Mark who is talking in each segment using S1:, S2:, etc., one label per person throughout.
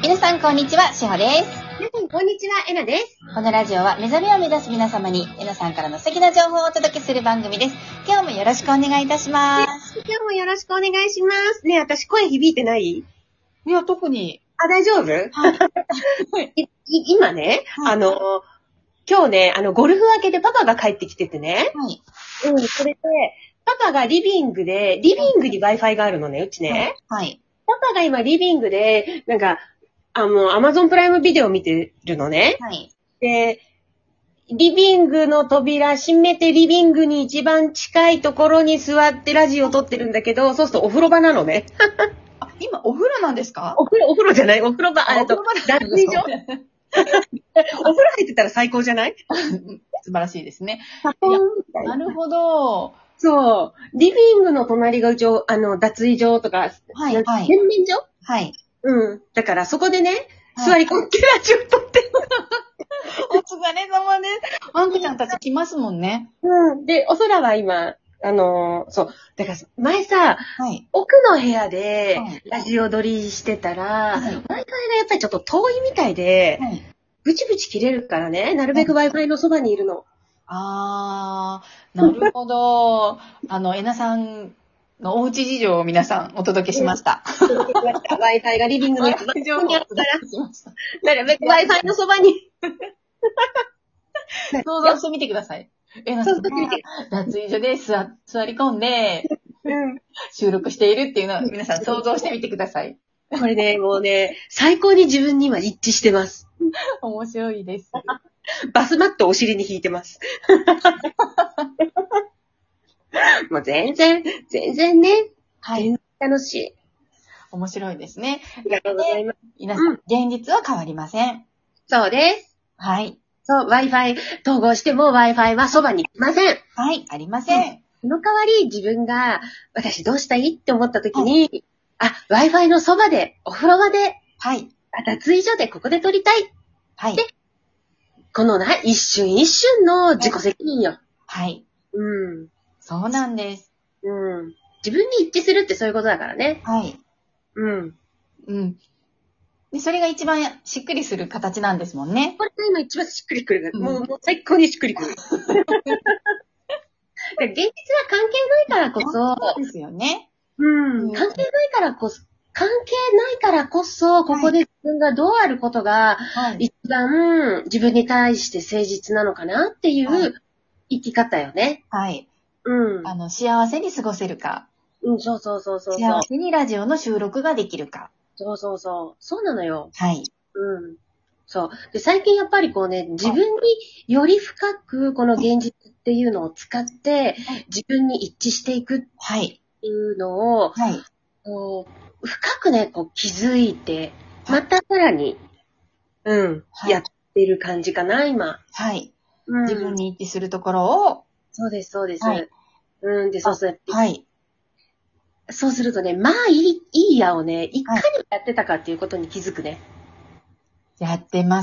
S1: 皆さんこんにちは、しほです。
S2: 皆さんこんにちは、えなです。
S1: このラジオは目覚めを目指す皆様にえなさんからの素敵な情報をお届けする番組です。今日もよろしくお願いいたします。
S2: 今日もよろしくお願いします。ね、私声響いてない？
S1: いや、特に。
S2: あ、大丈夫？はい。今ね、
S1: はい、
S2: 今日ね、ゴルフ明けでパパが帰ってきててね。
S1: はい。
S2: それで、パパがリビングに Wi-Fi があるのね、うちね。
S1: はい。
S2: パパが今リビングで、Amazon プライムビデオ見てるのね。
S1: はい。
S2: で、リビングの扉閉めてリビングに一番近いところに座ってラジオ撮ってるんだけど、そうするとお風呂場なのね。
S1: あ、今お風呂なんですか？
S2: お風呂じゃない？お風呂場、脱衣所お風呂入ってたら最高じゃない？
S1: 素晴らしいですね。
S2: サポンみたいな。
S1: なるほど。
S2: そう。リビングの隣がうち、脱衣所とか、
S1: はい、はい。
S2: 洗面所？
S1: はい。
S2: うん。だからそこでね、
S1: はい、
S2: 座り込んでラジオ撮ってる。
S1: お疲れ様です。ワンコちゃんたち来ますもんね。
S2: うん。で、お空は今、そう。だから、前さ、
S1: はい。
S2: 奥の部屋でラジオ撮りしてたら、
S1: はい、
S2: Wi-Fi がやっぱりちょっと遠いみたいで、
S1: はい。
S2: ブチブチ切れるからね、なるべく Wi-Fi のそばにいるの。
S1: あー、なるほど。えなさんのおうち事情を皆さんお届けしました。
S2: Wi-Fi がリビングの一番
S1: 情報をお届けしました。
S2: なるべく Wi-Fi のそばに。
S1: 想像してみてください。えなさんが脱衣所で座り込んで、収録しているっていうのを皆さん想像してみてください。
S2: これね、もうね、最高に自分には一致してます。
S1: 面白いです。
S2: バスマットお尻に引いてます。もう全然ね。
S1: はい。
S2: 全然楽しい。
S1: 面白いですね。
S2: ありがとうございます。
S1: 皆さん、現実は変わりません。
S2: そうです。
S1: はい。
S2: そう、Wi-Fi 統合しても Wi-Fi はそばに来ません。
S1: はい、ありません。
S2: その代わり自分が、私どうしたいって思った時に、Wi-Fi のそばで、お風呂場で、
S1: はい。
S2: 脱衣所でここで撮りたい。
S1: はい。
S2: で、この一瞬一瞬の自己責任よ。
S1: はい。
S2: うん。
S1: そうなんです。
S2: うん。自分に一致するってそういうことだからね。
S1: はい。
S2: うん。
S1: うん。で、それが一番しっくりする形なんですもんね。
S2: これが今一番しっくりくる。もう最高にしっくりくる。現実は関係ないからこそ。
S1: そうですよね。
S2: 関係ないからこそ、ここで自分がどうあることが、一番自分に対して誠実なのかなっていう生き方よね。
S1: はい。幸せに過ごせるか。
S2: そう。
S1: 幸せにラジオの収録ができるか。
S2: そう。そうなのよ。
S1: はい。
S2: そう。で、最近やっぱりこうね、自分により深くこの現実っていうのを使って、自分に一致していくっていうのを、こう深くね、こう気づいて、またさらに、やってる感じかな、今。
S1: はい。自分に一致するところを。
S2: そうです。
S1: はい。
S2: で、そうすると。
S1: はい。
S2: そうするとね、まあいいやをね、いかにやってたかっていうことに気づくね。
S1: やってます。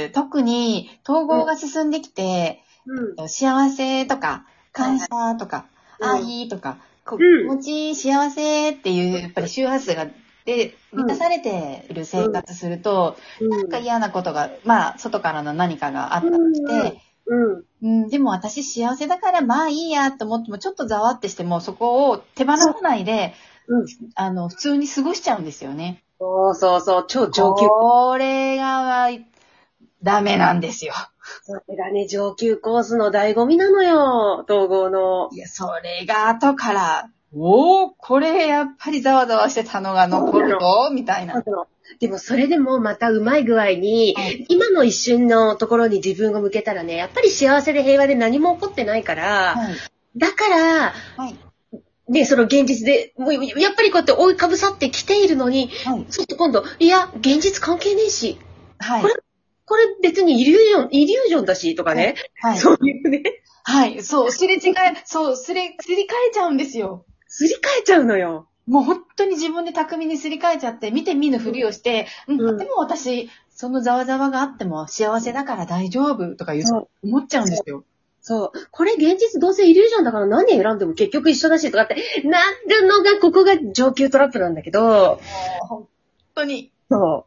S1: 特に統合が進んできて、幸せとか、感謝とか、愛とか、気持ちいい幸せっていう、やっぱり周波数がで満たされている生活すると、なんか嫌なことが、まあ、外からの何かがあったとして、でも私幸せだからまあいいやと思ってもちょっとざわってしてもそこを手放さないで、普通に過ごしちゃうんですよね。
S2: そう、超上級。
S1: これがダメなんですよ。
S2: それがね、上級コースの醍醐味なのよ、統合の。
S1: いや、それが後から、これやっぱりざわざわしてたのが残るとみたいな。
S2: でもそれでもまたうまい具合に、今の一瞬のところに自分を向けたらね、やっぱり幸せで平和で何も起こってないから、だから、ね、その現実で、もうやっぱりこうやって覆いかぶさってきているのに、ちょっと今度、いや、現実関係ねえし、これ別にイリュージョンだし、とかね、そういうね。
S1: そう、すり替えちゃうんですよ。
S2: すり替えちゃうのよ。
S1: もう本当に自分で巧みにすり替えちゃって、見て見ぬふりをして、でも私、そのざわざわがあっても幸せだから大丈夫とか思っちゃうんですよ。
S2: そう。これ現実どうせイリュージョンだから何選んでも結局一緒だしとかってなるのが、ここが上級トラップなんだけど。
S1: 本当に。
S2: そう。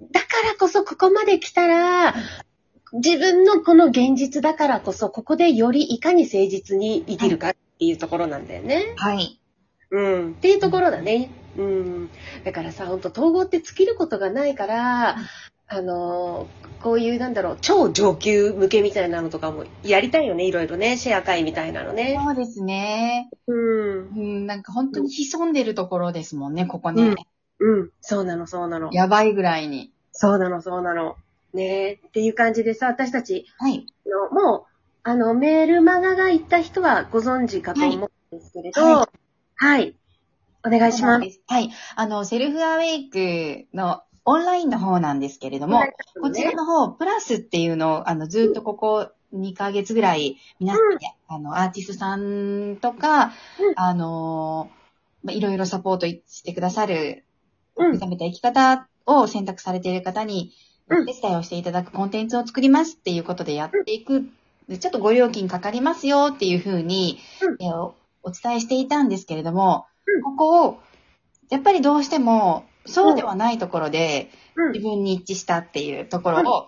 S2: だからこそここまで来たら、自分のこの現実だからこそ、ここでよりいかに誠実に生きるかっていうところなんだよね。
S1: はい。
S2: っていうところだね。だからさ、ほんと統合って尽きることがないから、こういう超上級向けみたいなのとかもやりたいよね、いろいろね、シェア会みたいなのね。
S1: そうですね。なんか本当に潜んでるところですもんね、ここね。
S2: そうなの、そうなの。
S1: やばいぐらいに。
S2: そうなの、そうなの。ねっていう感じでさ、私たち、
S1: はい。
S2: もう、メールマガが行った人はご存知かと思うんですけれど、はい。お願いします。
S1: はい。セルフアウェイクのオンラインの方なんですけれども、こちらの方、プラスっていうのを、ずっとここ2ヶ月ぐらい、皆さんで、アーティストさんとか、いろいろサポートしてくださる、目覚めた生き方を選択されている方に、お手伝いをしていただくコンテンツを作りますっていうことでやっていく。ちょっとご料金かかりますよっていうふうに、お伝えしていたんですけれども、ここを、やっぱりどうしても、そうではないところで、自分に一致したっていうところ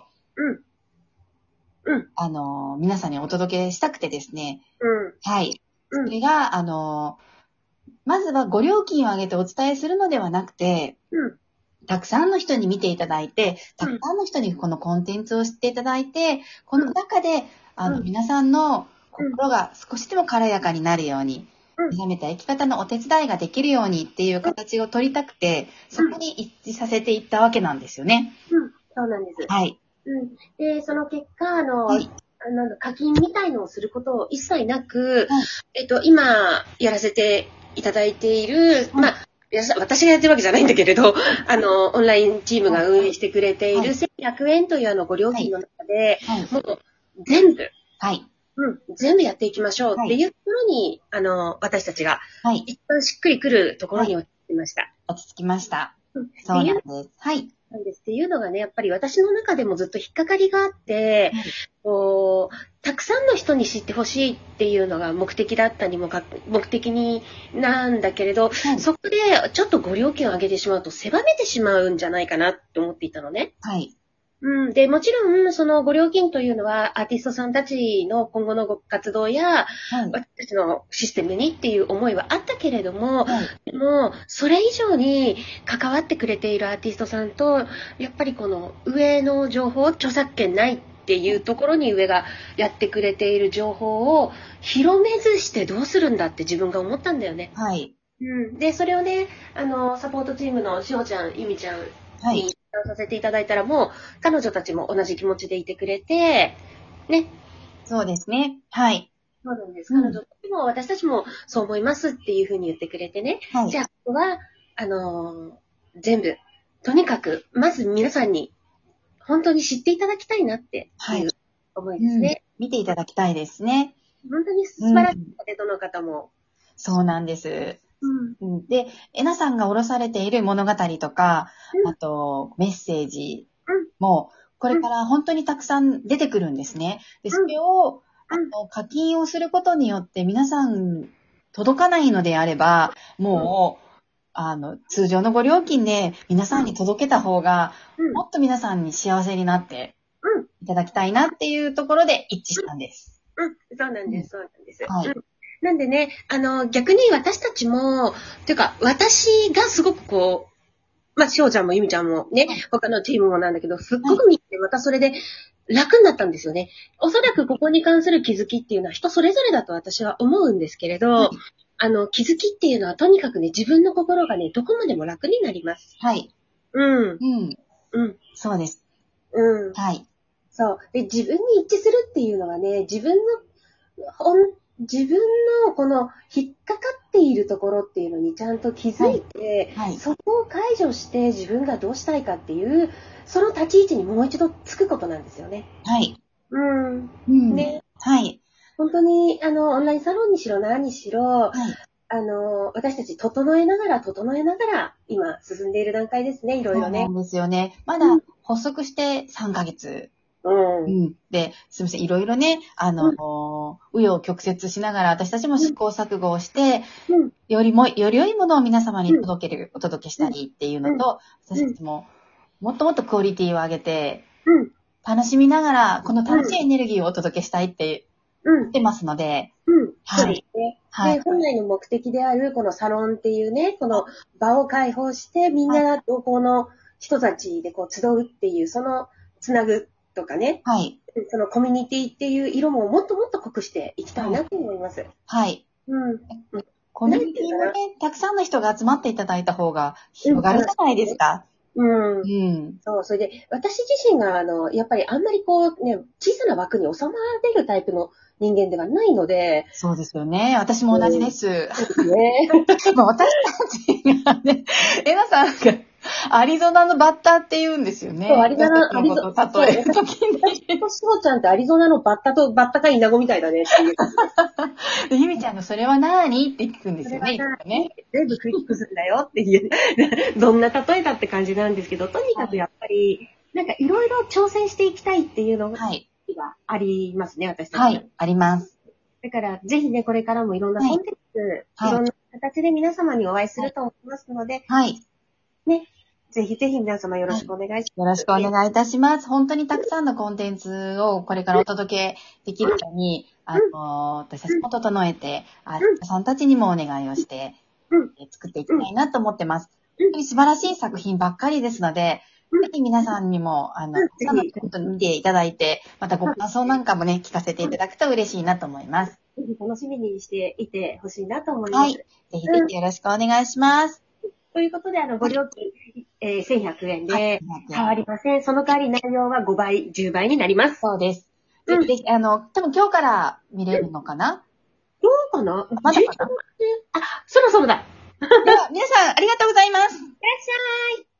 S1: を、皆さんにお届けしたくてですね。はい。それが、まずはご料金を上げてお伝えするのではなくて、たくさんの人に見ていただいて、たくさんの人にこのコンテンツを知っていただいて、この中で、皆さんの心が少しでも軽やかになるように、目覚めた生き方のお手伝いができるようにっていう形を取りたくて、そこに一致させていったわけなんですよね。
S2: そうなんです。
S1: はい。
S2: で、その結果、課金みたいのをすることを一切なく、今やらせていただいている、私がやってるわけじゃないんだけれど、オンラインチームが運営してくれている1100円というご料金の中で、もう全部、全部やっていきましょうっていうところに、私たちが、一番しっくりくるところに落ち着きました。
S1: 落ち着きました。そうなんです。はい。
S2: なんですっていうのがね、やっぱり私の中でもずっと引っかかりがあって、たくさんの人に知ってほしいっていうのが目的だったにも目的になんだけれど、そこでちょっとご料金を上げてしまうと狭めてしまうんじゃないかなって思っていたのね。
S1: はい。
S2: で、もちろん、そのご料金というのは、アーティストさんたちの今後のご活動や、私たちのシステムにっていう思いはあったけれども、でも、それ以上に関わってくれているアーティストさんと、やっぱりこの上の情報、著作権ないっていうところに上がやってくれている情報を広めずしてどうするんだって自分が思ったんだよね。
S1: はい。
S2: で、それをね、サポートチームのしおちゃん、ゆみちゃんに、させていただいたらもう彼女たちも同じ気持ちでいてくれてね。
S1: そうですね。はい。
S2: そうなんです。彼女たちも私たちもそう思いますっていうふうに言ってくれてね。じゃあここは全部とにかくまず皆さんに本当に知っていただきたいなっていう思いですね。
S1: 見ていただきたいですね。
S2: 本当に素晴らしいのでどの方も。
S1: そうなんです。で、えなさんが下ろされている物語とか、あとメッセージも、これから本当にたくさん出てくるんですね。で、それを、課金をすることによって皆さん届かないのであれば、もう、通常のご料金で皆さんに届けた方が、もっと皆さんに幸せになっていただきたいなっていうところで一致したんです。
S2: そうなんです、そうなんです。なんでね、逆に私たちも、というか、私がすごくしおちゃんもゆみちゃんもね、他のチームもなんだけど、すっごく見て、またそれで楽になったんですよね。おそらくここに関する気づきっていうのは人それぞれだと私は思うんですけれど、気づきっていうのはとにかくね、自分の心がね、どこまでも楽になります。
S1: はい。そうです。はい。
S2: そう。で、自分に一致するっていうのはね、自分のこの引っかかっているところっていうのにちゃんと気づいて、そこを解除して自分がどうしたいかっていう、その立ち位置にもう一度つくことなんですよね。
S1: はい。
S2: ね。
S1: はい。
S2: 本当に、オンラインサロンにしろ何にしろ、私たち整えながら、今進んでいる段階ですね、いろいろね。
S1: そうなんですよね。まだ発足して3ヶ月。で、すみません、いろいろね、紆余曲折しながら私たちも試行錯誤をして、より良いものを皆様にお届けしたりっていうのと、私たちももっともっとクオリティを上げて、
S2: うん。
S1: 楽しみながら、この楽しいエネルギーをお届けしたいって言ってますので、
S2: うん。
S1: はい。
S2: そうですね。
S1: はい。
S2: で、本来の目的である、このサロンっていうね、この場を開放して、みんながこの人たちでこう集うっていう、そのつなぐとかね、
S1: はい。
S2: そのコミュニティっていう色ももっともっと濃くしていきたいなと思います。
S1: はい。
S2: うん。
S1: コミュニティもね、たくさんの人が集まっていただいた方が広がるじゃないですか。
S2: うん。そう、それで、私自身が、やっぱりあんまりこうね、小さな枠に収まれるタイプの人間ではないので。
S1: そうですよね。私も同じです。ね。私たちがね、エナさんがアリゾナのバッターって言うんですよね。
S2: そう、アリゾナの
S1: こと例えるときに。
S2: 私とちゃんってアリゾナのバッタかイナゴみたいだねっていう。
S1: で、ゆみちゃんのそれは何って聞くんですよね。
S2: 全部クリックするんだよっていう。どんな例えだって感じなんですけど、とにかくやっぱり、なんかいろいろ挑戦していきたいっていうのがありますね、私たち。
S1: はい、あります。
S2: だから、ぜひね、これからもいろんなコンテンツ、いろんな形で皆様にお会いすると思いますので、はい。ね、ぜひぜひ皆様よろしくお願いします。
S1: よろしくお願いいたします。本当にたくさんのコンテンツをこれからお届けできるように、私たちも整えて、さんたちにもお願いをして、作っていきたいなと思ってます。本当に素晴らしい作品ばっかりですので、ぜひ皆さんにも、見ていただいて、またご感想なんかもね、聞かせていただくと嬉しいなと思います。
S2: ぜひ楽しみにしていてほしいなと思います。はい。ぜ
S1: ひぜひよろしくお願いします。
S2: ということで、ご料金、1100円で変わりません。その代わり内容は5倍、10倍になります。
S1: そうです。多分今日から見れるのかな？
S2: どうかな？
S1: まだかな？
S2: あ、そろそろだ。
S1: では、皆さんありがとうございます。いらっし
S2: ゃい。